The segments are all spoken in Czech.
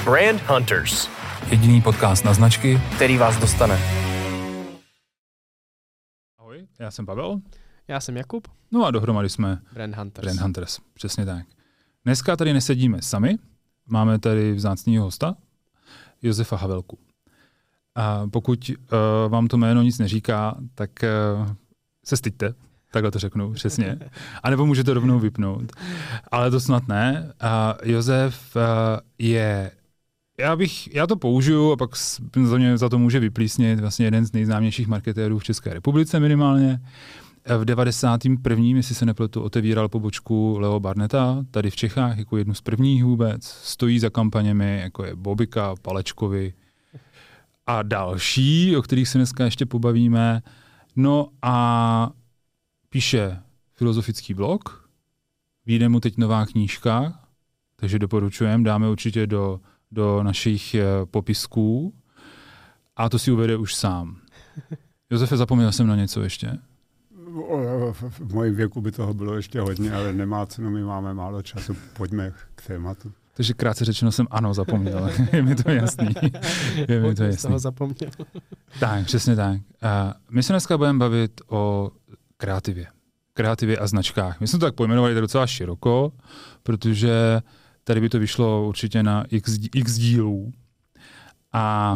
Brand Hunters. Jediný podcast na značky, Který vás dostane. Ahoj, já jsem Pavel. Já jsem Jakub. No a dohromady jsme Brand Hunters. Brand Hunters, přesně tak. Dneska tady nesedíme sami, máme tady vzácného hosta, Josefa Havelku. A pokud vám to jméno nic neříká, tak se styďte, takhle to řeknu přesně. A nebo můžete rovnou vypnout. Ale to snad ne. Josef je, já to použiju a pak za to může vyplísnit vlastně jeden z nejznámějších marketérů v České republice minimálně. V 91. jestli se nepletu, otevíral pobočku Leo Barnetta tady v Čechách jako jednu z prvních vůbec. Stojí za kampaněmi, jako je Bobika, Palečkovi a další, o kterých se dneska ještě pobavíme. No a píše filozofický blog, vyjde mu teď nová knížka, takže doporučujem, dáme určitě do našich popisků a to si uvede už sám. Josefe, zapomněl jsem na něco ještě? V mojím věku by toho bylo ještě hodně, ale nemá cenu, my máme málo času, pojďme k tématu. Takže krátce řečeno jsem ano zapomněl, je mi to jasný. toho zapomněl. Tak, přesně tak. My se dneska budeme bavit o kreativě a značkách. My jsme to tak pojmenovali docela široko, protože tady by to vyšlo určitě na x dílů. A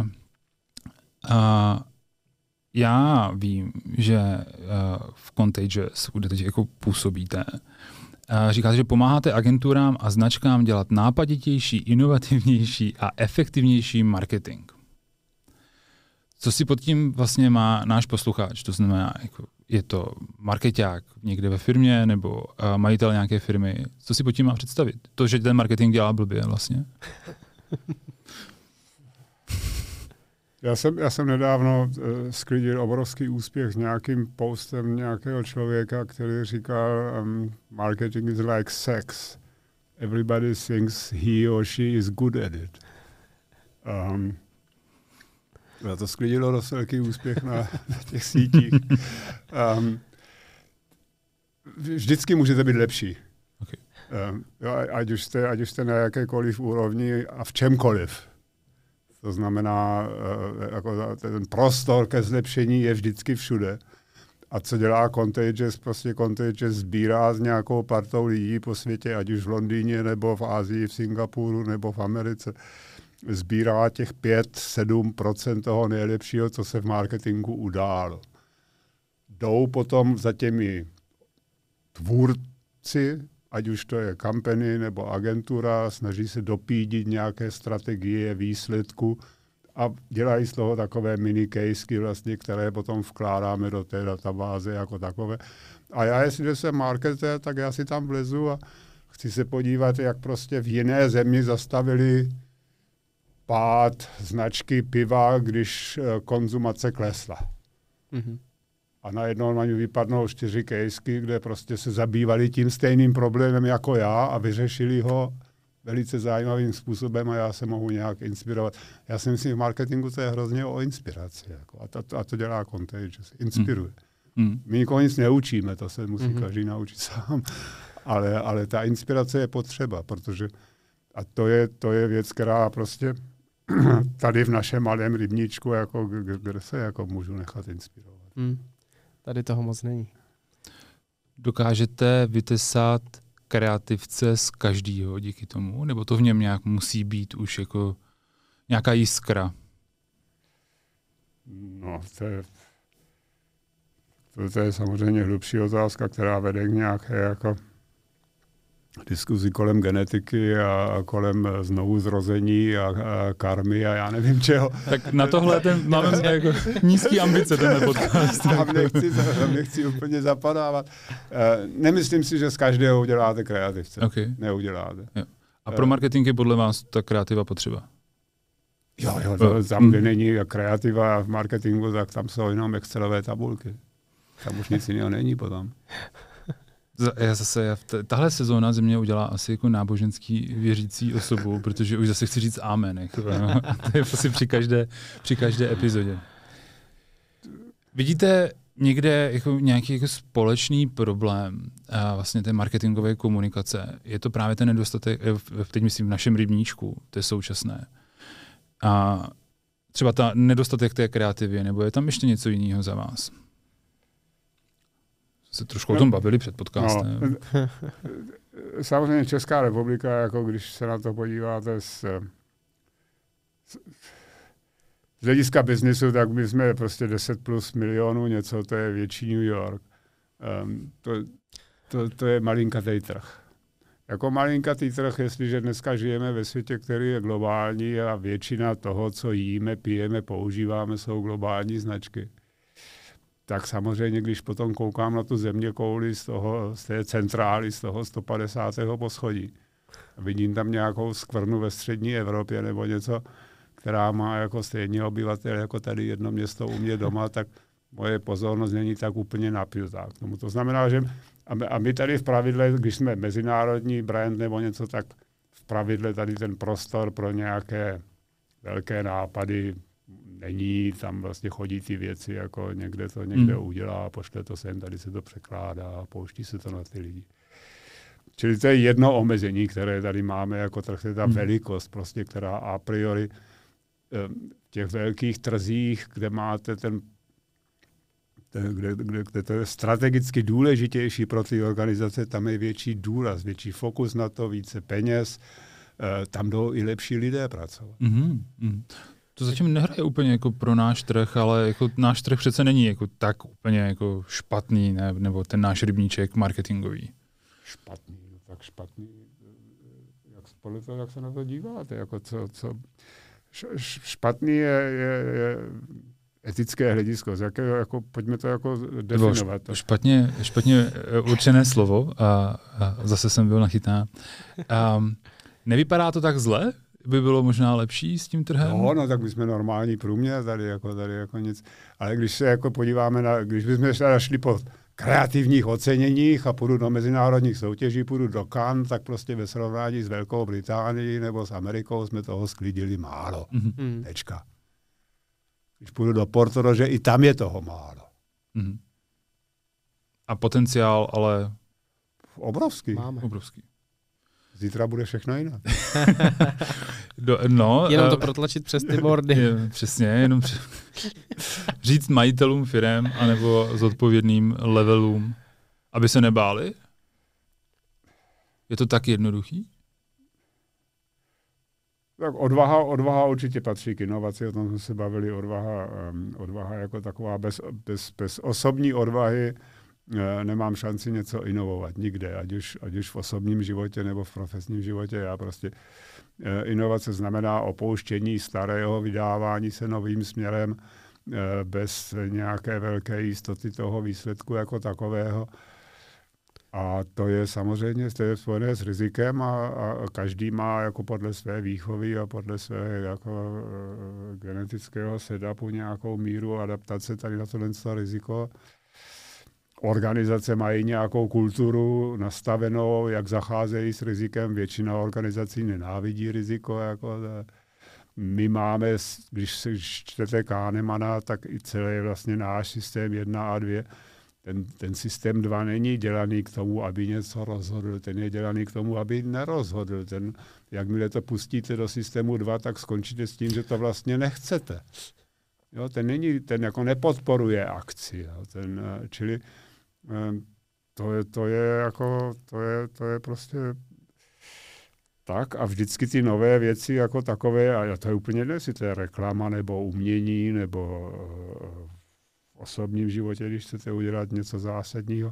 já vím, že v Contagious, kde teď jako působíte, říkáte, že pomáháte agenturám a značkám dělat nápaditější, inovativnější a efektivnější marketing. Co si pod tím vlastně má náš posluchač? To znamená, jako je to markeťák někde ve firmě nebo majitel nějaké firmy. Co si pod tím má představit? To, že ten marketing dělá blbě vlastně? Já jsem nedávno sklidil obrovský úspěch s nějakým postem nějakého člověka, který říkal, marketing is like sex. Everybody thinks he or she is good at it. To sklidilo dost velký úspěch na těch sítích. Vždycky můžete být lepší. Okay. Ať už jste na jakékoliv úrovni a v čemkoliv. To znamená, jako ten prostor ke zlepšení je vždycky všude. A co dělá Contagious? Prostě Contagious sbírá s nějakou partou lidí po světě, ať už v Londýně, nebo v Asii, v Singapuru, nebo v Americe. Sbírá těch 5-7% toho nejlepšího, co se v marketingu událo. Jdou potom za těmi tvůrci, ať už to je company nebo agentura, snaží se dopídit nějaké strategie, výsledku a dělají z toho takové mini casey vlastně, které potom vkládáme do té databáze jako takové. A já, jestliže jsem marketér, tak já si tam vlezu a chci se podívat, jak prostě v jiné zemi zastavili pád značky piva, když konzumace klesla. Mm-hmm. A najednou na ně vypadnou 4 kejsky, kde prostě se zabývali tím stejným problémem jako já a vyřešili ho velice zajímavým způsobem a já se mohu nějak inspirovat. Já si myslím, v marketingu to je hrozně o inspiraci. Jako, a to dělá Contagious. Inspiruje. My nikoho nic neučíme, to se musí každý naučit sám. Ale ta inspirace je potřeba, protože a to je věc, která prostě tady v našem malém rybníčku, jako, kde se jako můžu nechat inspirovat. Tady toho moc není. Dokážete vytesat kreativce z každého díky tomu? Nebo to v něm nějak musí být už jako nějaká jiskra? No, to je samozřejmě hlubší otázka, která vede k nějaké jako diskuzi kolem genetiky a kolem znovuzrození a karmy a já nevím čeho. Tak na tohle máme jako nízký ambice tenhle podcast. Tam nechci úplně zapadávat. Nemyslím si, že z každého uděláte kreativce. Okay. Neuděláte. Jo. A pro marketing je podle vás ta kreativa potřeba? Jo, tam, kde není kreativa v marketingu, tak tam jsou jenom Excelové tabulky. Tam už nic jiného není potom. Tahle sezóna ze mě udělá asi jako náboženský věřící osobu, protože už zase chci říct amen. Jako, no. To je prostě při každé epizodě. Vidíte někde jako nějaký jako společný problém vlastně té marketingové komunikace. Je to právě ten nedostatek, teď myslím v našem rybníčku, to je současné. A třeba ta nedostatek té kreativy, nebo je tam ještě něco jiného za vás? Se trošku o tom bavili před podcastem. No, samozřejmě Česká republika, jako když se na to podíváte z hlediska biznisu, tak my jsme prostě 10 plus milionů něco, to je větší New York. To je malinkatý trh. Jako malinkatý trh, jestliže dneska žijeme ve světě, který je globální a většina toho, co jíme, pijeme, používáme, jsou globální značky, tak samozřejmě, když potom koukám na tu zeměkouli z té centrály, z toho 150. poschodí, a vidím tam nějakou skvrnu ve střední Evropě nebo něco, která má jako stejně obyvatel jako tady jedno město u mě doma, tak moje pozornost není tak úplně napjutá k tomu. To znamená, že a my tady v pravidle, když jsme mezinárodní brand nebo něco, tak v pravidle tady ten prostor pro nějaké velké nápady není, tam vlastně chodí ty věci, jako někde to udělá, pošle to sem, tady se to překládá a pouští se to na ty lidi. Čili to je jedno omezení, které tady máme jako trh, je ta velikost, prostě, která a priori v těch velkých trzích, kde máte kde to je strategicky důležitější pro ty organizace, tam je větší důraz, větší fokus na to, více peněz, tam jdou i lepší lidé pracovat. To zatím nehraje úplně jako pro náš trh, ale jako náš trh přece není jako tak úplně jako špatný, ne? Nebo ten náš rybníček marketingový. Špatný, no tak špatný. Podle toho, jak se na to díváte, jako špatný je etické hledisko, jako, pojďme to jako definovat. Špatně určené slovo a zase jsem byl nachytá. Nevypadá to tak zle? By bylo možná lepší s tím trhem? No tak my jsme normální průměr, tady jako nic. Ale když se jako podíváme když bychom šli po kreativních oceněních a půjdu do mezinárodních soutěží, půjdu do Cannes, tak prostě ve srovnání s Velkou Británií nebo s Amerikou jsme toho sklidili málo. Tečka. Když půjdu do Porto, že i tam je toho málo. A potenciál ale... Obrovský. Máme. Obrovský. Zítra bude všechno jinak. Jenom to protlačit přes ty bordy. Přesně, jenom říct majitelům firem anebo zodpovědným levelům, aby se nebáli? Je to tak jednoduchý? Tak odvaha určitě patří k inovaci, o tom jsme se bavili, odvaha jako taková, bez osobní odvahy nemám šanci něco inovovat nikde, ať už v osobním životě nebo v profesním životě. Já prostě inovace znamená opouštění starého, vydávání se novým směrem bez nějaké velké jistoty toho výsledku jako takového. A to je samozřejmě spojené s rizikem a každý má jako podle své výchovy a podle své jako genetického setupu nějakou míru adaptace tady na tohle riziko. Organizace mají nějakou kulturu nastavenou, jak zacházejí s rizikem. Většina organizací nenávidí riziko. Jako my máme, když čtete Kahnemana, tak i celý vlastně náš systém 1 a 2. Ten systém 2 není dělaný k tomu, aby něco rozhodl. Ten je dělaný k tomu, aby nerozhodl. Jakmile to pustíte do systému 2, tak skončíte s tím, že to vlastně nechcete. Jo, ten jako nepodporuje akci. Jo, čili to je prostě tak a vždycky ty nové věci jako takové, a to je úplně jedno, jestli to je reklama nebo umění nebo v osobním životě, když chcete udělat něco zásadního,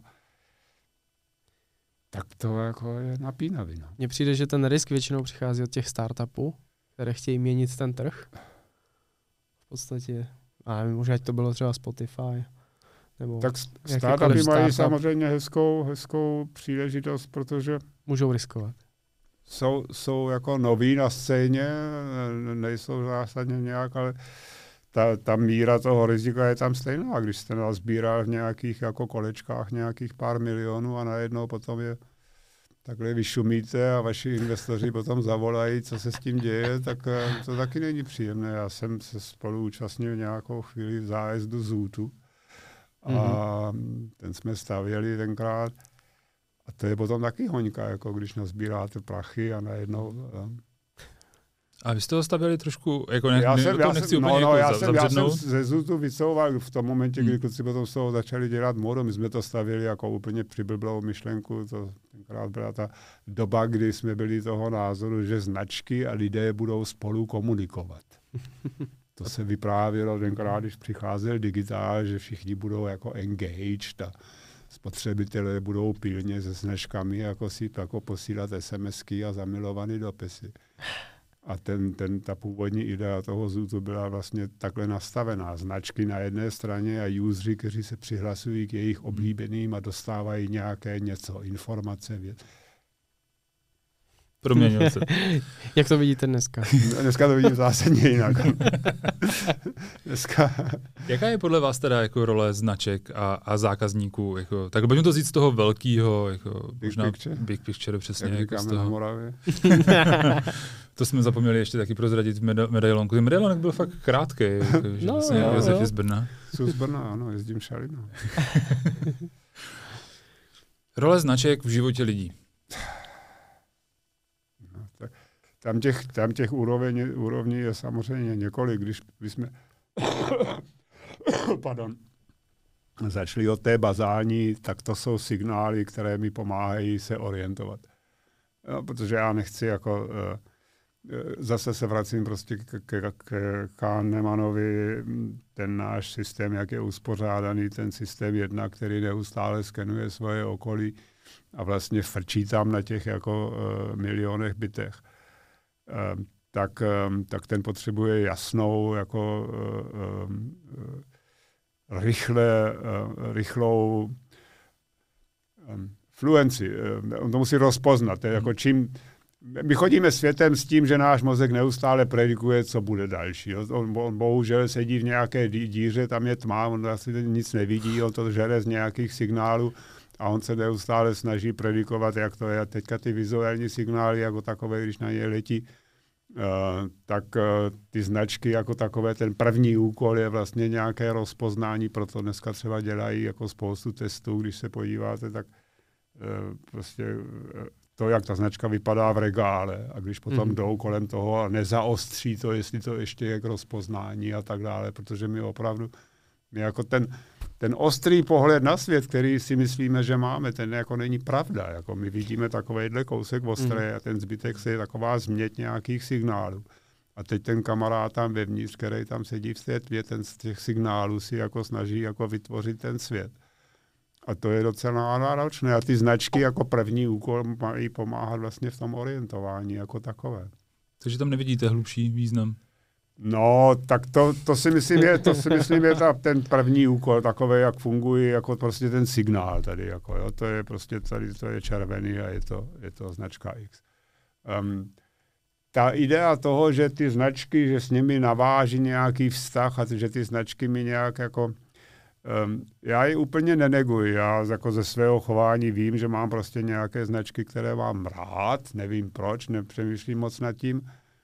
tak to jako je napínavý. No. Mně přijde, že ten risk většinou přichází od těch startupů, které chtějí měnit ten trh. V podstatě, a nevím, možná to bylo třeba Spotify. Nebo tak startupy mají samozřejmě hezkou příležitost, protože můžou riskovat. Jsou jako noví na scéně, nejsou zásadně nějak, ale ta míra toho rizika je tam stejná. Když jste nazbíral v nějakých jako kolečkách nějakých pár milionů a najednou potom je takhle vyšumíte a vaši investoři potom zavolají, co se s tím děje, tak to taky není příjemné. Já jsem se spolu účastnil nějakou chvíli v zájezdu Zootu A ten jsme stavěli tenkrát. A to je potom taky hoňka, jako když nazbíráte prachy a najednou... A vy jste ho stavěli trošku, jako já jsem zabřednout? ze Zutu vycouval v tom momentě, kdy kluci potom z toho začali dělat módu. My jsme to stavili jako úplně přiblblou myšlenku. To tenkrát byla ta doba, kdy jsme byli toho názoru, že značky a lidé budou spolu komunikovat. To se vyprávělo tenkrát, když přicházel digitál, že všichni budou jako engaged a spotřebitelé budou pilně se značkami jako si jako posílat SMSky a zamilovaný dopisy. A ta původní idea toho Zutu byla vlastně takhle nastavená. Značky na jedné straně a useři, kteří se přihlasují k jejich oblíbeným a dostávají nějaké informace. Proměnil se. Jak to vidíte dneska? Dneska to vidím zásadně jinak. Jaká je podle vás teda jako role značek a zákazníků? Jako, tak pojďme to říct z toho velkého, jako, big picture, přesně. Jak jako říkáme z toho. na Moravě. To jsme zapomněli ještě taky prozradit medailonku. Ten medailonek byl fakt krátký. Jako, že vlastně Josef je z Brna. Jsou z Brna, ano, jezdím šalino. Role značek v životě lidí. Tam těch úrovní je samozřejmě několik. Když jsme začali od té bazální, tak to jsou signály, které mi pomáhají se orientovat. Protože já nechci jako... Zase se vracím prostě k Kahnemanovi, ten náš systém, jak je uspořádaný, ten systém 1, který neustále skenuje svoje okolí a vlastně frčí tam na těch jako milionech bitech. Tak ten potřebuje jasnou, jako rychlou fluenci. On to musí rozpoznat. Jako my chodíme světem s tím, že náš mozek neustále predikuje, co bude další. On bohužel sedí v nějaké díře, tam je tma, on asi nic nevidí, on to žere z nějakých signálů a on se neustále snaží predikovat, jak to je. A teďka ty vizuální signály jako takové, když na ně letí, tak ty značky jako takové, ten první úkol je vlastně nějaké rozpoznání, proto dneska třeba dělají jako spoustu testů, když se podíváte, tak prostě to, jak ta značka vypadá v regále a když potom jdou kolem toho a nezaostří to, jestli to ještě je k rozpoznání a tak dále, protože my opravdu, my jako ten ostrý pohled na svět, který si myslíme, že máme, ten jako není pravda. Jako my vidíme takovejhle kousek ostré a ten zbytek je taková změť nějakých signálů. A teď ten kamarád tam vevnitř, který tam sedí v té tvě, ten z těch signálů si jako snaží jako vytvořit ten svět. A to je docela náročné. A ty značky jako první úkol mají pomáhat vlastně v tom orientování jako takové. Takže tam nevidíte hlubší význam? No, tak to si myslím je ten první úkol, takové, jak funguje jako prostě ten signál tady. Jako, jo. To je prostě tady, to je červený a je to značka X. Ta idea toho, že ty značky, že s nimi naváží nějaký vztah a že ty značky mi nějak jako... já ji úplně neneguji. Já jako ze svého chování vím, že mám prostě nějaké značky, které mám rád. Nevím proč, nepřemýšlím moc nad tím.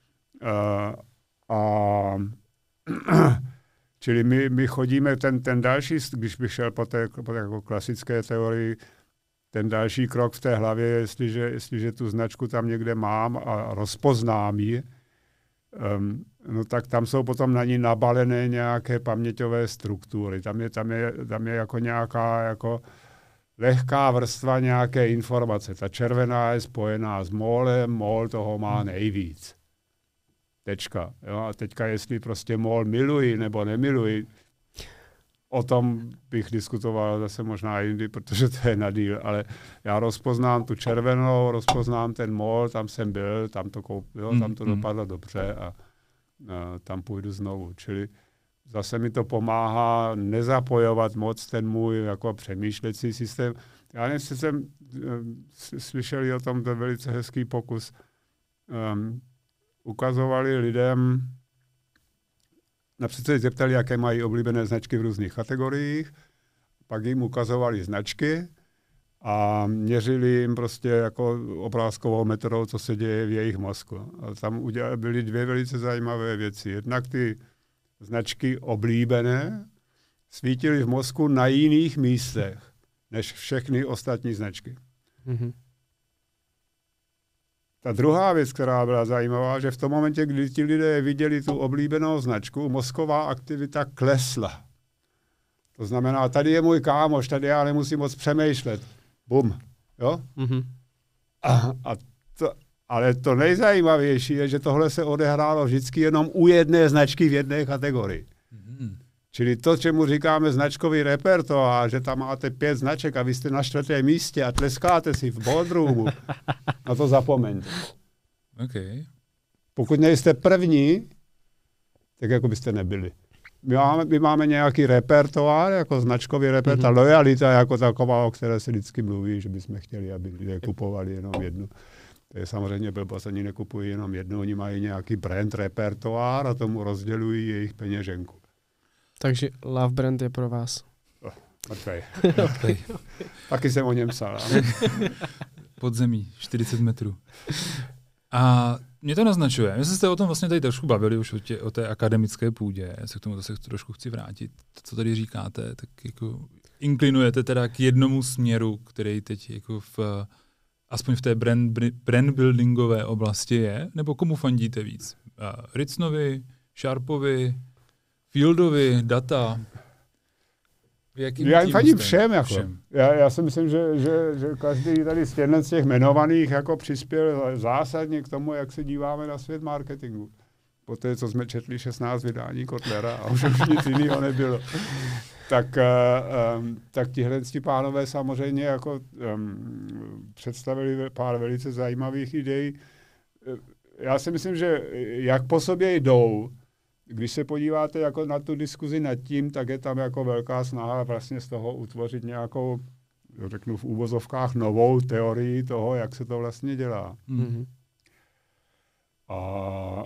Čili my chodíme ten další, když bych šel po té jako klasické teorii, ten další krok v té hlavě, jestliže tu značku tam někde mám a rozpoznám ji, no tak tam jsou potom na ní nabalené nějaké paměťové struktury. Tam je jako nějaká jako lehká vrstva nějaké informace. Ta červená je spojená s mólem, mól toho má nejvíc. Tečka. Jo? A teďka, jestli prostě mól miluji nebo nemiluji, o tom bych diskutoval zase možná jindy, protože to je na díl, ale já rozpoznám tu červenou, rozpoznám ten mól, tam jsem byl, tam to dopadlo dobře a tam půjdu znovu. Čili zase mi to pomáhá nezapojovat moc ten můj jako přemýšlecí systém. Já nevím, jestli jsem slyšeli o tom, to je velice hezký pokus. Ukazovali lidem, například se zeptali, jaké mají oblíbené značky v různých kategoriích, pak jim ukazovali značky a měřili jim prostě jako obrázkovou metodou, co se děje v jejich mozku. A tam byly dvě velice zajímavé věci. Jednak ty značky oblíbené svítily v mozku na jiných místech, než všechny ostatní značky. Mhm. Ta druhá věc, která byla zajímavá, že v tom momentě, kdy ti lidé viděli tu oblíbenou značku, mozková aktivita klesla. To znamená, tady je můj kámoš, tady já nemusím moc přemýšlet. Bum. Jo? Mhm. Ale to nejzajímavější je, že tohle se odehrálo vždycky jenom u jedné značky v jedné kategorii. Mhm. Čili to, čemu říkáme značkový repertoár, že tam máte 5 značek a vy jste na 4. místě a tleskáte si v boardroomu, na to zapomeňte. Okay. Pokud nejste první, tak jako byste nebyli. My máme nějaký repertoár, jako značkový repertoár, lojalita jako taková, o které se vždycky mluví, že bychom chtěli, aby lidé kupovali jenom jednu. To je samozřejmě blbost, oni nekupují jenom jednu, oni mají nějaký brand repertoár a tomu rozdělují jejich peněženku. Takže Love Brand je pro vás. Okay. Taky jsem o něm psal. Podzemí, 40 metrů. A mě to naznačuje. My jsme se o tom vlastně tady trošku bavili už o té akademické půdě. Já se k tomu zase trošku chci vrátit. To, co tady říkáte, tak jako inklinujete teda k jednomu směru, který teď jako aspoň v té brand buildingové oblasti je, nebo komu fandíte víc? Ritznovi, Sharpovi, Fieldovi, data? Já jim fandím všem. Jako. Já si myslím, že každý tady z těch jmenovaných jako přispěl zásadně k tomu, jak se díváme na svět marketingu. Poté, co jsme četli 16 vydání Kotlera a už nic jiného nebylo. Tak tihle pánové samozřejmě jako představili pár velice zajímavých ideí. Já si myslím, že jak po sobě jdou, když se podíváte jako na tu diskuzi nad tím, tak je tam jako velká snaha vlastně z toho utvořit nějakou, řeknu v úvozovkách, novou teorii toho, jak se to vlastně dělá. Mm-hmm. A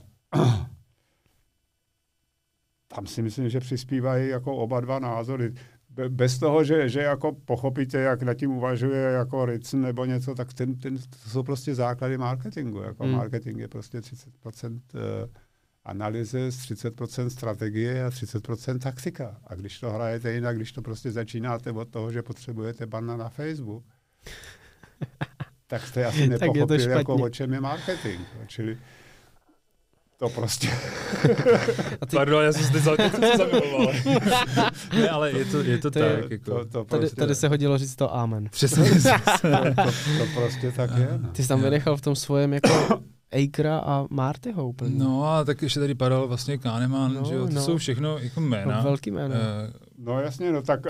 tam si myslím, že přispívají jako oba dva názory. Bez toho, že jako pochopíte, jak nad tím uvažuje jako Ritson nebo něco, tak to jsou prostě základy marketingu. Jako marketing je prostě 30% analýzy, 30% strategie a 30% taktika. A když to hrajete jinak, když to prostě začínáte od toho, že potřebujete banner na Facebook, tak jste asi nepochopili, jako o čem je marketing. Čili to prostě... Pardon, já jsem se zamiloval. Ne, ale je to tak. Jako. Tady se hodilo říct to amen. Přesně. to prostě tak je. No. Ty jsi tam vynechal v tom svém jako Akera a Martyho úplně. No a tak ještě tady padal vlastně Kahneman, že jo, to jsou všechno jako jména. No, velký jména. No jasně, no tak...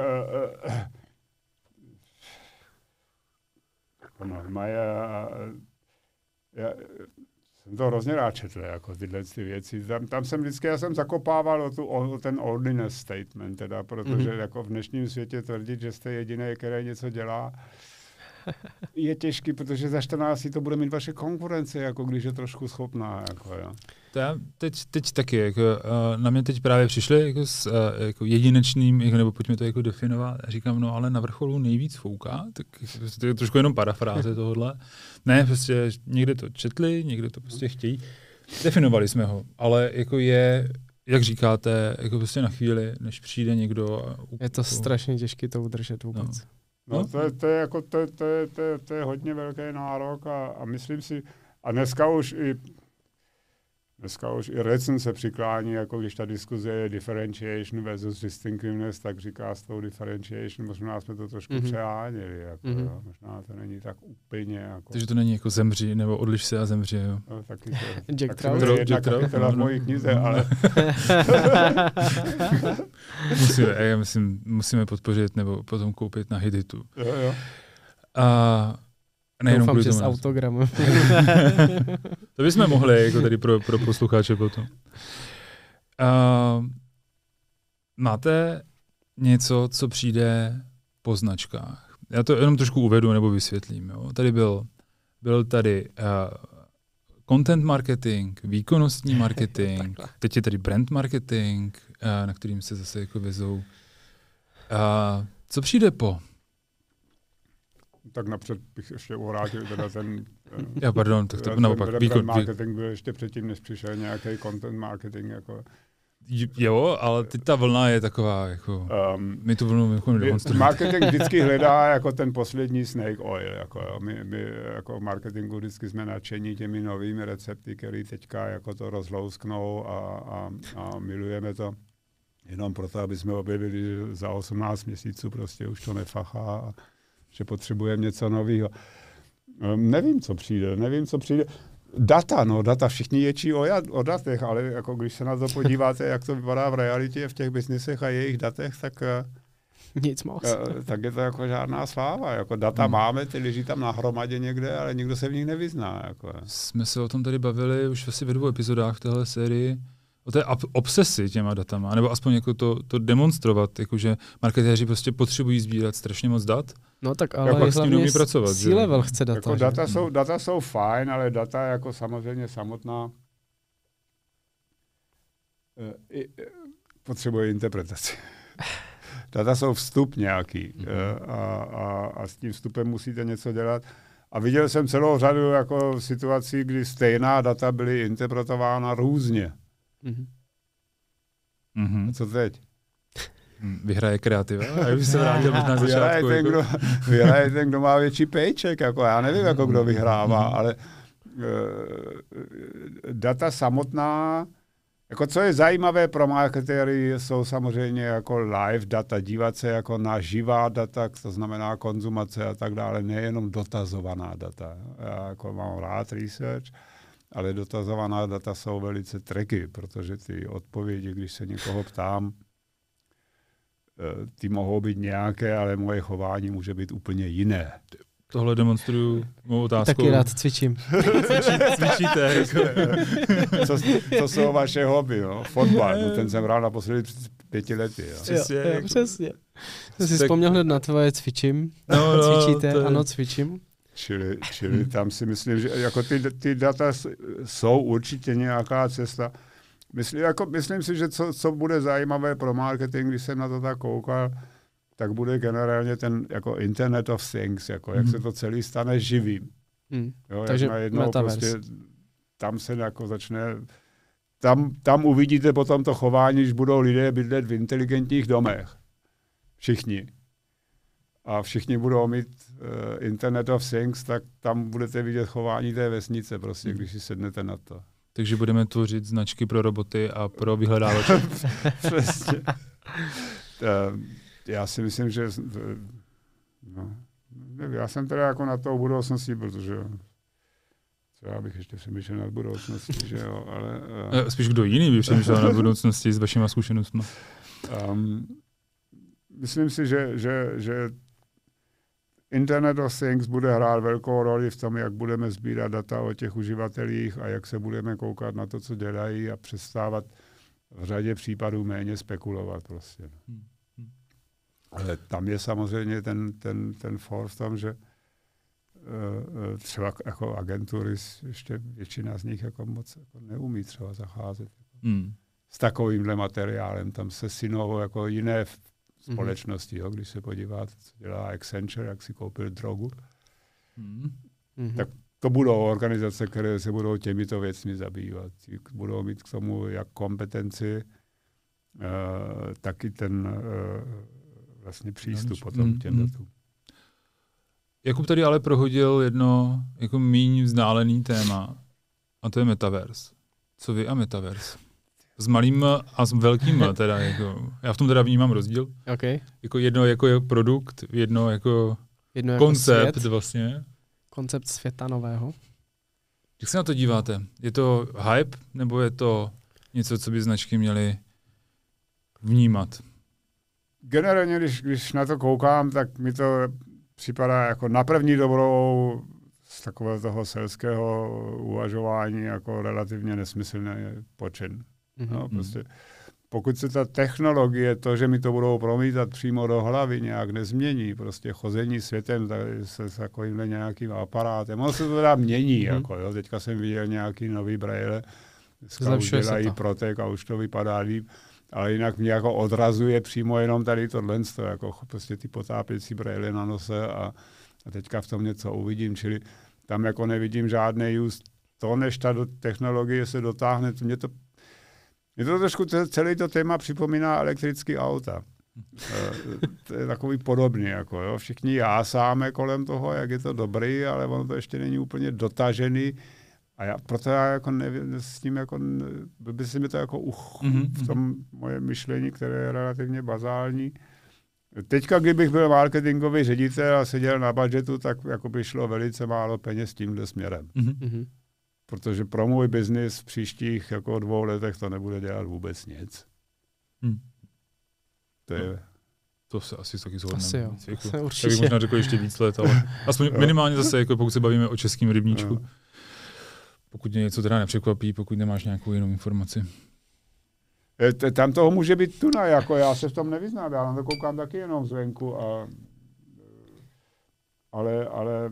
Já jsem to hrozně rád četl, jako tyhle věci. Tam jsem vždycky, já jsem zakopával ten ordinance statement, teda, protože jako v dnešním světě tvrdit, že jste jediný, který něco dělá, je těžký, protože za 14 to bude mít vaše konkurence, jako když je trošku schopná. Jako, jo. To já teď taky, jako, na mě teď právě přišli jako s jako jedinečným, jako, nebo pojďme to jako definovat, a říkám, no ale na vrcholu nejvíc fouká, tak to je trošku jenom parafráze tohohle. Ne, prostě někde to četli, někde to prostě chtějí. Definovali jsme ho, ale jako je, jak říkáte, jako prostě na chvíli, než přijde někdo. Je to strašně těžké to udržet vůbec. No, to je hodně velký nárok a myslím si, a dneska už i Ritson se přiklání, jako když ta diskuze je differentiation versus distinctiveness, tak říká s tou differentiation, možná jsme to trošku přeháněli, jako, jo, možná to není tak úplně. Jako... Takže to není jako zemři, nebo odliš se a zemři, jo. No, taky Jack Trout. Jedna kapitola v mojí knize, ale... musíme podpořit, nebo potom koupit na Hidditu. Jo. Doufám, že s autogramem. To bychom mohli, jako tady pro posluchače potom. Máte něco, co přijde po značkách? Já to jenom trošku uvedu nebo vysvětlím. Jo. Tady byl tady content marketing, výkonnostní marketing, teď je tady brand marketing, na kterým se zase jako vezou. Co přijde po? Tak napřed bych ještě uvrátil teda ten... tak to naopak. Brand marketing byl ještě předtím, než přišel nějaký content marketing. Jako. Jo, ale teď ta vlna je taková, jako, my tu vlnu demonstrujeme. Marketing vždycky hledá jako ten poslední snake oil. Jako, jo. My jako v marketingu vždycky jsme nadšení těmi novými recepty, které teďka jako to rozlousknou a milujeme to. Jenom proto, aby jsme objevili, že za 18 měsíců prostě už to nefachá a že potřebujeme něco nového. Nevím, co přijde. Data, všichni ječí o datech, ale jako když se na to podíváte, jak to vypadá v realitě, v těch biznisech a jejich datech, tak nic moc. Tak je to jako žádná sláva. Jako data máme, ty leží tam na hromadě někde, ale nikdo se v nich nevyzná. Jako. Jsme se o tom tady bavili už asi ve 2 epizodách v téhle sérii, o té obsesi těma datama, nebo aspoň jako to demonstrovat, jakože marketéři prostě potřebují sbírat strašně moc dat. No tak ale jako hlavně pracovat, C-level chce data. Jako data jsou fajn, ale data jako samozřejmě samotná potřebuje interpretaci. Data jsou vstup nějaký a s tím vstupem musíte něco dělat. A viděl jsem celou řadu jako situací, kdy stejná data byly interpretována různě. A co teď? Vyhraje kreativa. A už se vrátil možná začátku. Vyhraje ten, kdo má větší paycheck. Jako já nevím, jako kdo vyhrává, ale data samotná, jako co je zajímavé pro marketéry, jsou samozřejmě jako live data, dívat se jako na živá data, to znamená konzumace a tak dále, nejenom dotazovaná data. Já jako mám rád research, ale dotazovaná data jsou velice tricky, protože ty odpovědi, když se někoho ptám, ty mohou být nějaké, ale moje chování může být úplně jiné. Tohle demonstruju mou otázkou. Taky rád cvičím. Cvičíte. Jako. Co jsou vaše hobby? No? Fotbal, ten jsem hrál naposledy před 5 lety. Jo. Přesně. Jsem si vzpomněl hned na tvoje cvičím. Cvičíte? Ano, cvičím. Čili tam si myslím, že jako ty data jsou určitě nějaká cesta. Myslím si, že co bude zajímavé pro marketing, když jsem na to tak koukal, tak bude generálně ten jako Internet of Things, jako jak se to celý stane živým. Jo, takže najednou prostě tam se jako začne, tam uvidíte potom to chování, když budou lidé bydlet v inteligentních domech. Všichni. A všichni budou mít Internet of Things, tak tam budete vidět chování té vesnice, prostě, když si sednete na to. Takže budeme tvořit značky pro roboty a pro vyhledávače. Přesně. Já si myslím, že já jsem teda jako na tou budoucností, protože já bych ještě přemýšlel nad budoucností, že jo, ale... Spíš kdo jiný by přemýšlel nad budoucností s vašimi zkušenostmi? Myslím si, že Internet of Things bude hrát velkou roli v tom, jak budeme sbírat data o těch uživatelích a jak se budeme koukat na to, co dělají a přestávat v řadě případů méně spekulovat prostě. Ale tam je samozřejmě ten for v tom, že třeba jako agentury, ještě většina z nich jako moc jako neumí třeba zacházet s takovýmhle materiálem. Tam se synou jako jiné společnosti, jo, když se podíváte, co dělá Accenture, jak si koupil drogu, tak to budou organizace, které se budou těmito věcmi zabývat. Budou mít k tomu jak kompetenci, tak i ten vlastně přístup potom k těm datům. Jakub tady ale prohodil jedno jako míň vzdálený téma, a to je metaverse. Co vy a metaverse? S malým a s velkým teda. Jako, já v tom teda vnímám rozdíl. Okay. Jako jedno jako produkt, jedno jako koncept svět. Vlastně. Koncept světa nového. Jak se na to díváte? Je to hype, nebo je to něco, co by značky měly vnímat? Generálně, když na to koukám, tak mi to připadá jako na první dobrou z takového toho selského uvažování jako relativně nesmyslný počin. No, prostě, pokud se ta technologie, to, že mi to budou promítat přímo do hlavy, nějak nezmění, prostě chození světem s takovýmhle nějakým aparátem, ono se to teda mění, jako, jo. Teďka jsem viděl nějaký nový braille, dneska už dělají protek a už to vypadá líp, ale jinak mě jako odrazuje přímo jenom tady tohle, jako prostě ty potápěcí braille na nose a teďka v tom něco uvidím, čili tam jako nevidím žádný use. To, než ta technologie se dotáhne, mě to Mě to trošku celé to téma připomíná elektrické auta. To je takový podobný. Jako, jo. Všichni jásáme kolem toho, jak je to dobrý, ale ono to ještě není úplně dotažený. A proto já jako nevím, s tím jako, by se mi to jako v tom moje myšlení, které je relativně bazální. Teďka, kdybych byl marketingový ředitel a seděl na budžetu, tak jako by šlo velice málo peněz tímhle směrem. Protože pro můj biznis v příštích jako 2 letech to nebude dělat vůbec nic. To je... To se asi taky zhodneme. Asi jo. Tak bych možná řekl ještě víc let, ale aspoň minimálně zase, jako pokud se bavíme o českém rybníčku. Pokud mě něco teda nepřekvapí, pokud nemáš nějakou jinou informaci. Tam toho může být tuna, jako já se v tom nevyznám, já na to koukám taky jenom zvenku, ale...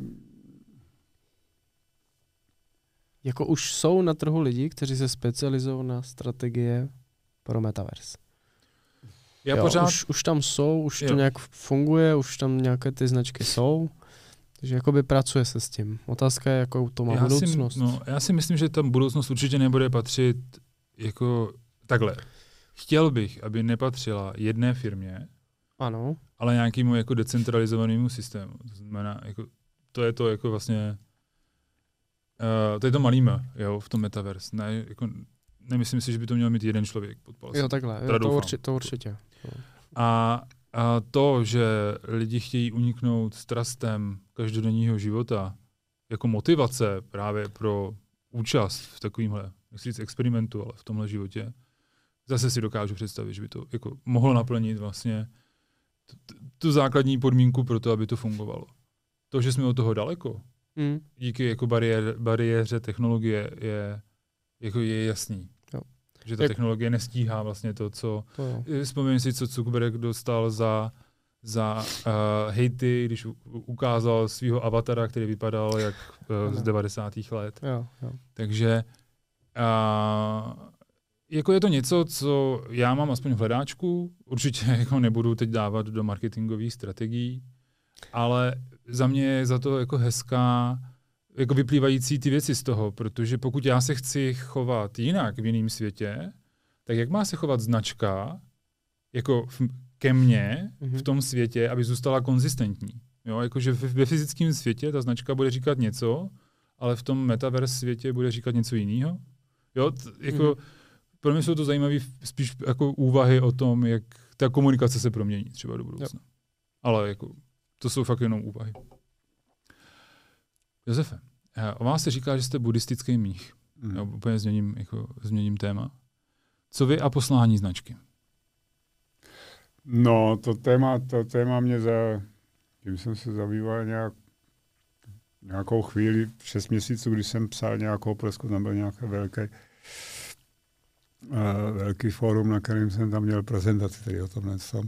Jako už jsou na trhu lidi, kteří se specializují na strategie pro metaverse. Už tam jsou, už to nějak funguje, už tam nějaké ty značky jsou, takže jakoby pracuje se s tím. Otázka je, jakou to má budoucnost. Já si myslím, že tam budoucnost určitě nebude patřit jako takhle. Chtěl bych, aby nepatřila jedné firmě, ano, ale nějakému jako decentralizovanému systému. To znamená, jako, to je to jako vlastně, to je to malýma, jo, v tom metaverse. Ne, jako, nemyslím si, že by to měl mít jeden člověk pod palcem. Jo, takhle, to určitě. A to, že lidi chtějí uniknout strastem každodenního života jako motivace právě pro účast v takovémhle, nechci říct experimentu, ale v tomhle životě, zase si dokážu představit, že by to jako mohlo naplnit vlastně tu základní podmínku pro to, aby to fungovalo. To, že jsme od toho daleko, díky jako bariéře technologie je jasný. Jo. Že ta technologie nestíhá vlastně to, co... Vzpomeň si, co Zuckerberg dostal za hejty, když ukázal svého avatara, který vypadal jak z 90. let. Jo. Takže jako je to něco, co já mám aspoň v hledáčku. Určitě jako nebudu teď dávat do marketingových strategií, ale za mě je za to jako hezká, jako vyplývající ty věci z toho, protože pokud já se chci chovat jinak v jiném světě, tak jak má se chovat značka jako ke mně v tom světě, aby zůstala konzistentní. Jo, jakože ve fyzickém světě ta značka bude říkat něco, ale v tom metaverse světě bude říkat něco jiného. Jo, jako pro mě jsou to zajímavé spíš jako úvahy o tom, jak ta komunikace se promění třeba do budoucna. Jo. Ale jako, to jsou fakt jenom úvahy. Josefe, o vás se říká, že jste buddhistický mních. Já úplně změním téma. Co vy a poslání značky? No, to téma mě tím jsem se zabýval nějakou chvíli, 6 měsíců, když jsem psal nějakou presku, tam byl nějaký velký fórum, na kterém jsem tam měl prezentaci, tedy o tomhle tom.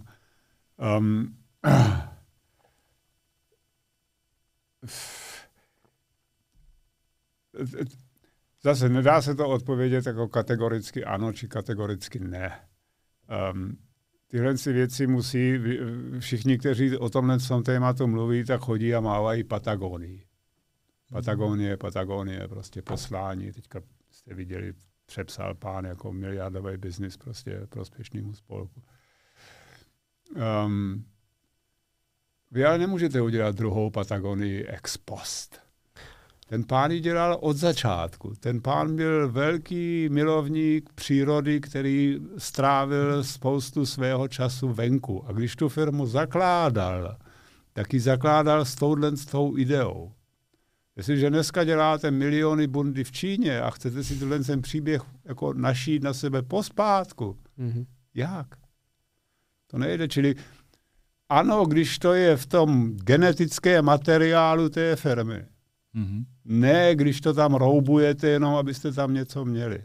Zase nedá se to odpovědět jako kategoricky ano, či kategoricky ne. Tyhle věci musí, všichni, kteří o tomhle tématu mluví, tak chodí a mávají Patagonii. Patagonie, prostě poslání. Teďka jste viděli, přepsal pán jako miliardový biznis prostě prospěšnému spolku. Vy ale nemůžete udělat druhou Patagonii ex post. Ten pán ji dělal od začátku. Ten pán byl velký milovník přírody, který strávil spoustu svého času venku. A když tu firmu zakládal, tak ji zakládal s tou ideou. Jestliže dneska děláte miliony bundy v Číně a chcete si ten příběh jako našít na sebe pospátku, jak? To nejde. Čili ano, když to je v tom genetickém materiálu té firmy. Ne, když to tam roubujete, jenom abyste tam něco měli.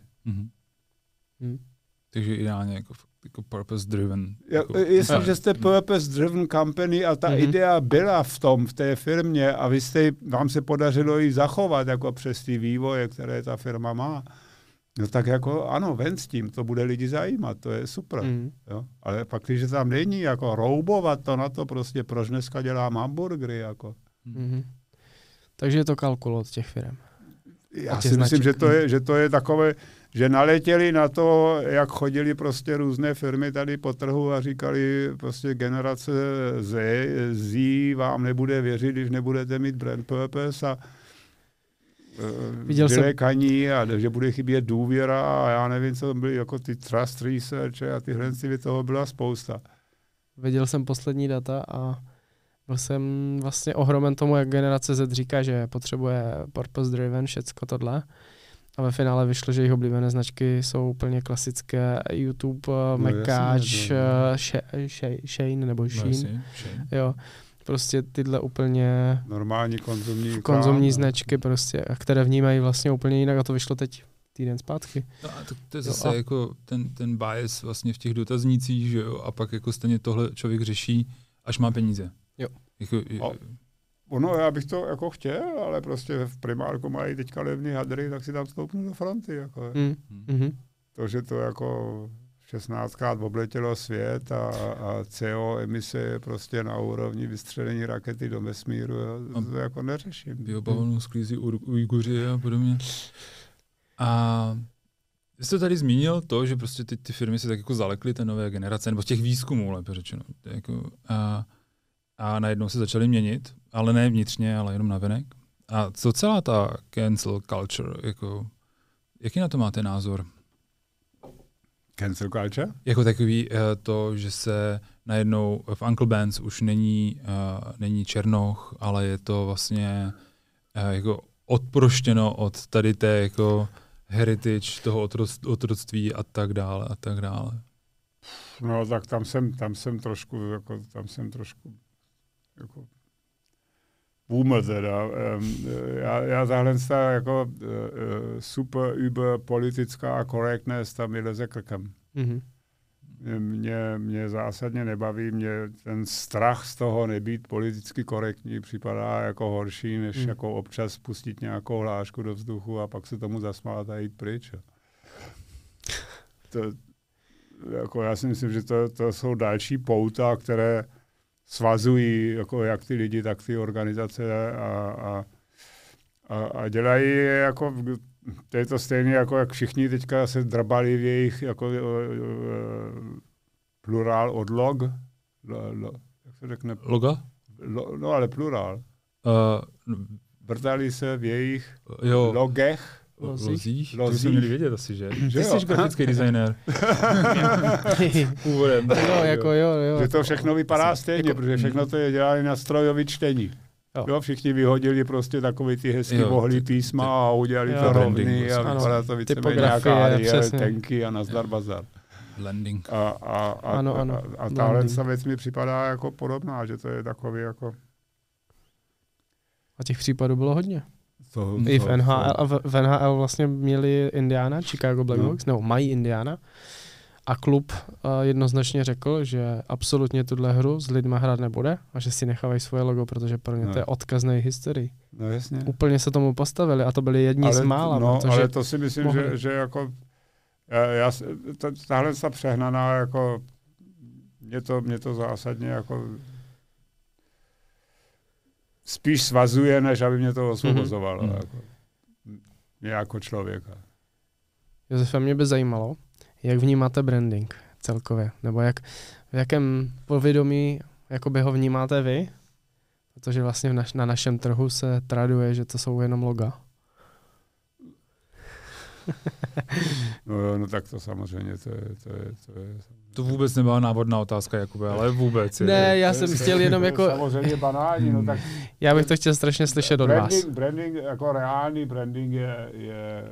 Takže ideálně jako purpose-driven. Jestliže jste purpose-driven company a ta idea byla v té firmě a vám se podařilo ji zachovat jako přes ty vývoje, které ta firma má, no tak jako ano, ven s tím, to bude lidi zajímat, to je super. Jo? Ale pak, když tam není, jako roubovat to na to prostě, proč dneska dělám hamburgery, jako. Takže je to kalkul od těch firm. Já si myslím, že to je takové, že naletěli na to, jak chodili prostě různé firmy tady po trhu a říkali prostě generace Z vám nebude věřit, když nebudete mít brand purpose a vylékaní a že bude chybět důvěra a já nevím, co byly jako ty trust research a tyhle toho byla spousta. Viděl jsem poslední data a byl jsem vlastně ohromen tomu, jak generace Z říká, že potřebuje purpose driven, všecko tohle. A ve finále vyšlo, že jejich oblíbené značky jsou úplně klasické YouTube, Mekáč, Shein nebo Shein. Jo, prostě tyhle úplně normální konzumní značky, prostě, které vnímají vlastně úplně jinak a to vyšlo teď týden zpátky. No a to je zase jako ten bias vlastně v těch dotaznících, že jo, a pak jako stejně tohle člověk řeší, až má peníze. Jo. Jako, ono, já bych to jako chtěl, ale prostě v Primárku mají teďka levný hadry, tak si tam stoupnu do fronty. Jako. To, že to jako 16krát obletělo svět a CO emise je prostě na úrovni vystřelení rakety do vesmíru, to jako neřeším. Biobavlnu sklízí Ujguři a podobně. A jste tady zmínil to, že prostě ty firmy se tak jako zalekly té nové generace, nebo z těch výzkumů, lépe řečeno. Jako, a najednou se začaly měnit, ale ne vnitřně, ale jenom navenek. A co celá ta cancel culture, jako, jaký na to máte názor? Cancel culture? Jako takový to, že se najednou v Uncle Ben's už není černoch, ale je to vlastně jako odproštěno od tady té jako heritage, toho otroctví a tak dále a tak dále. No tak tam jsem trošku boomer teda. Já tahle jako super über politická correctness tam mi leze krkem. Mm-hmm. Mě zásadně nebaví, mě ten strach z toho nebýt politicky korektní připadá jako horší, než jako občas pustit nějakou hlášku do vzduchu a pak se tomu zasmát a jít pryč. Jako já si myslím, že to jsou další pouta, které svazují jako jak ty lidi, tak ty organizace a dělají jako, to je to stejné, jako jak všichni teďka se drbali v jejich jako plurál od log. Jak se řekne? Loga? No ale plurál. Brdali se v jejich logech. Lozích? To bychom měli vědět asi, že? Ty jsi grafický designér. Původem. Jo. Že to všechno vypadá stejně, protože všechno to je dělali na strojový čtení. Jo, všichni vyhodili prostě takový ty hezký vohlý písma a udělali to rovný a vypadá to víceméně nějaká Ariel, tenky a nazdar bazar. Blending. A tahle věc mi připadá jako podobná, že to je takový jako... A těch případů bylo hodně. I v NHL, v NHL vlastně měli Indiana, Chicago Blackhawks, nebo mají Indiana. A klub jednoznačně řekl, že absolutně tuhle hru s lidma hrát nebude a že si nechávají svoje logo, protože pro ně to je odkaz na jejich historii. No jasně. Úplně se tomu postavili a to byli jedni z mála. No, ale to si myslím, že jako tahle ta přehnaná, jako mě to zásadně jako spíš svazuje, než aby mě to osvobozovalo. Jako, mě jako člověka. Josefe, mě by zajímalo, jak vnímáte branding celkově, nebo v jakém povědomí jakoby ho vnímáte vy, protože vlastně na našem trhu se traduje, že to jsou jenom loga. No tak to samozřejmě, to je. To vůbec nebyla návodná otázka, Jakube, ale vůbec. Ne, já jsem chtěl jenom jako... Samozřejmě banální, no tak... Já bych to chtěl strašně slyšet od vás. Branding, jako reálný branding je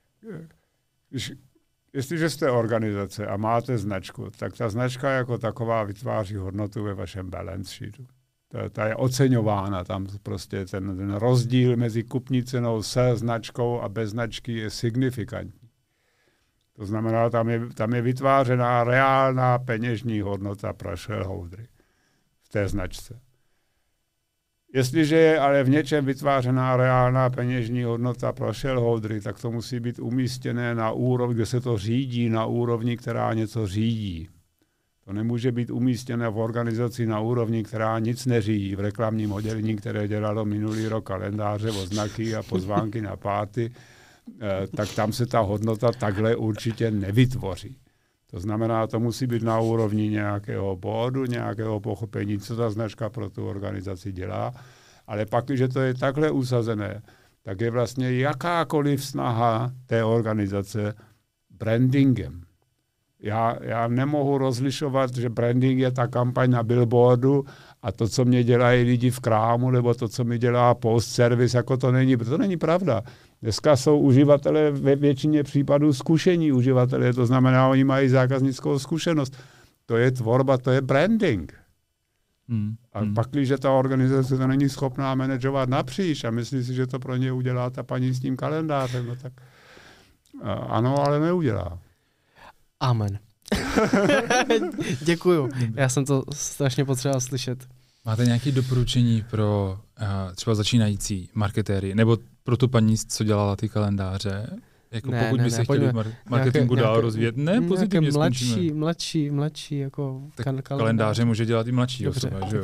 jestliže jste organizace a máte značku, tak ta značka jako taková vytváří hodnotu ve vašem balance sheetu. Ta je oceňována, tam prostě ten rozdíl mezi kupní cenou se značkou a bez značky je signifikantní. To znamená, tam je vytvářená reálná peněžní hodnota pro shareholdery v té značce. Jestliže je ale v něčem vytvářená reálná peněžní hodnota pro shareholdery, tak to musí být umístěné na úrovni, kde se to řídí, na úrovni, která něco řídí. To nemůže být umístěné v organizaci na úrovni, která nic neřídí. V reklamním oddělení, které dělalo minulý rok kalendáře, oznaky a pozvánky na párty, tak tam se ta hodnota takhle určitě nevytvoří. To znamená, to musí být na úrovni nějakého boardu, nějakého pochopení, co ta značka pro tu organizaci dělá, ale pak, když to je takhle usazené, tak je vlastně jakákoliv snaha té organizace brandingem. Já nemohu rozlišovat, že branding je ta kampaň na billboardu a to, co mě dělají lidi v krámu, nebo to, co mi dělá post-service, jako to není pravda. Dneska jsou uživatelé ve většině případů zkušení uživatelé, to znamená, oni mají zákaznickou zkušenost. To je tvorba, to je branding. A pak, když ta organizace to není schopná manažovat napříč a myslí si, že to pro ně udělá ta paní s tím kalendářem, no tak ano, ale neudělá. Amen. Děkuju. Já jsem to strašně potřeboval slyšet. Máte nějaké doporučení pro třeba začínající marketéry, nebo pro tu paní, co dělala ty kalendáře? Jako pokud by se chtěli marketingu dál rozvíjet, ne, pozitivně skončíme. Mladší, jako kalendáře může dělat i mladší osoba, že jo?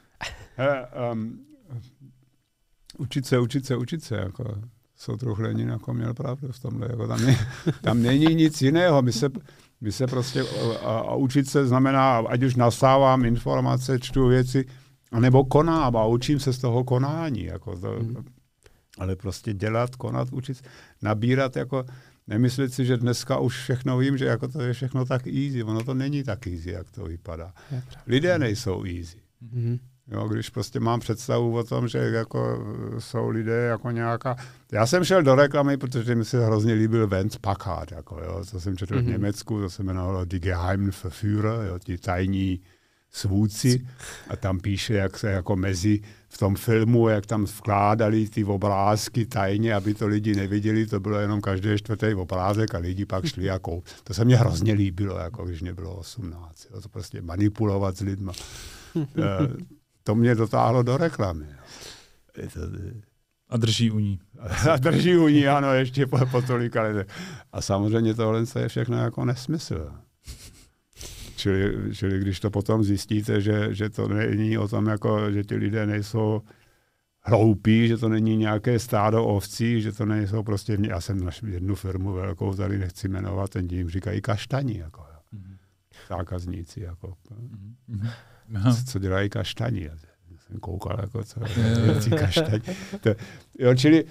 Učit se, jako Soudruh Lenin jako měl pravdu v tomhle, jako tam není nic jiného, my se prostě, a učit se znamená, ať už nasávám informace, čtu věci, anebo konám a učím se z toho konání, jako to, ale prostě dělat, konat, učit, nabírat, jako nemyslet si, že dneska už všechno vím, že jako to je všechno tak easy, ono to není tak easy, jak to vypadá. Lidé nejsou easy. Jo, když prostě mám představu o tom, že jako jsou lidé jako nějaká... Já jsem šel do reklamy, protože mi se hrozně líbil Vance Packard, jako, jo, co jsem četl v Německu, to se jmenovalo Die Geheimen Verführer, jo, ti tajní svůdci, a tam píše, jak se jako mezi v tom filmu, jak tam vkládali ty obrázky tajně, aby to lidi neviděli, to bylo jenom každý čtvrtý obrázek a lidi pak šli jako... To se mně hrozně líbilo, jako když mě bylo 18, jo, to prostě manipulovat s lidma. To mě dotáhlo do reklamy. A drží u ní. A drží u ní, ano, ještě po tolika letech. A samozřejmě tohle je všechno jako nesmysl. Čili když to potom zjistíte, že to není o tom, jako, že ti lidé nejsou hloupí, že to není nějaké stádo ovcí, že to nejsou prostě... Já jsem našel jednu firmu velkou, tady nechci jmenovat, ten jim říkají kaštani. Jako, zákazníci. Jako, co dělají kaštani. Já jsem koukal, jako, co dělají kaštani. Jo, čili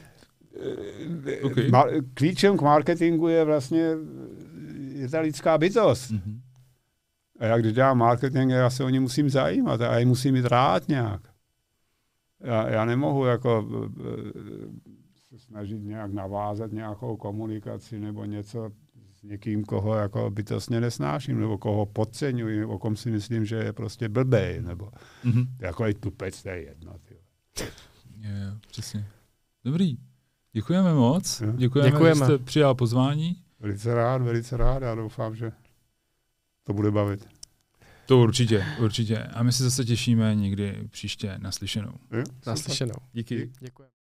klíčem k marketingu je vlastně ta lidská bytost. A já když dělám marketing, já se o ně musím zajímat a já je musím mít rád nějak. Já nemohu jako se snažit nějak navázat nějakou komunikaci nebo něco s někým, koho jako bytostně nesnáším, nebo koho podceňuji, nebo kom si myslím, že je prostě blbej, nebo jako je tupec, to je jedno. Jo, přesně. Dobrý. Děkujeme moc. Děkujeme, že jste přijal pozvání. Velice rád. Já doufám, že to bude bavit. To určitě. A my se zase těšíme někdy příště naslyšenou. Naslyšenou. Díky. Děkujeme.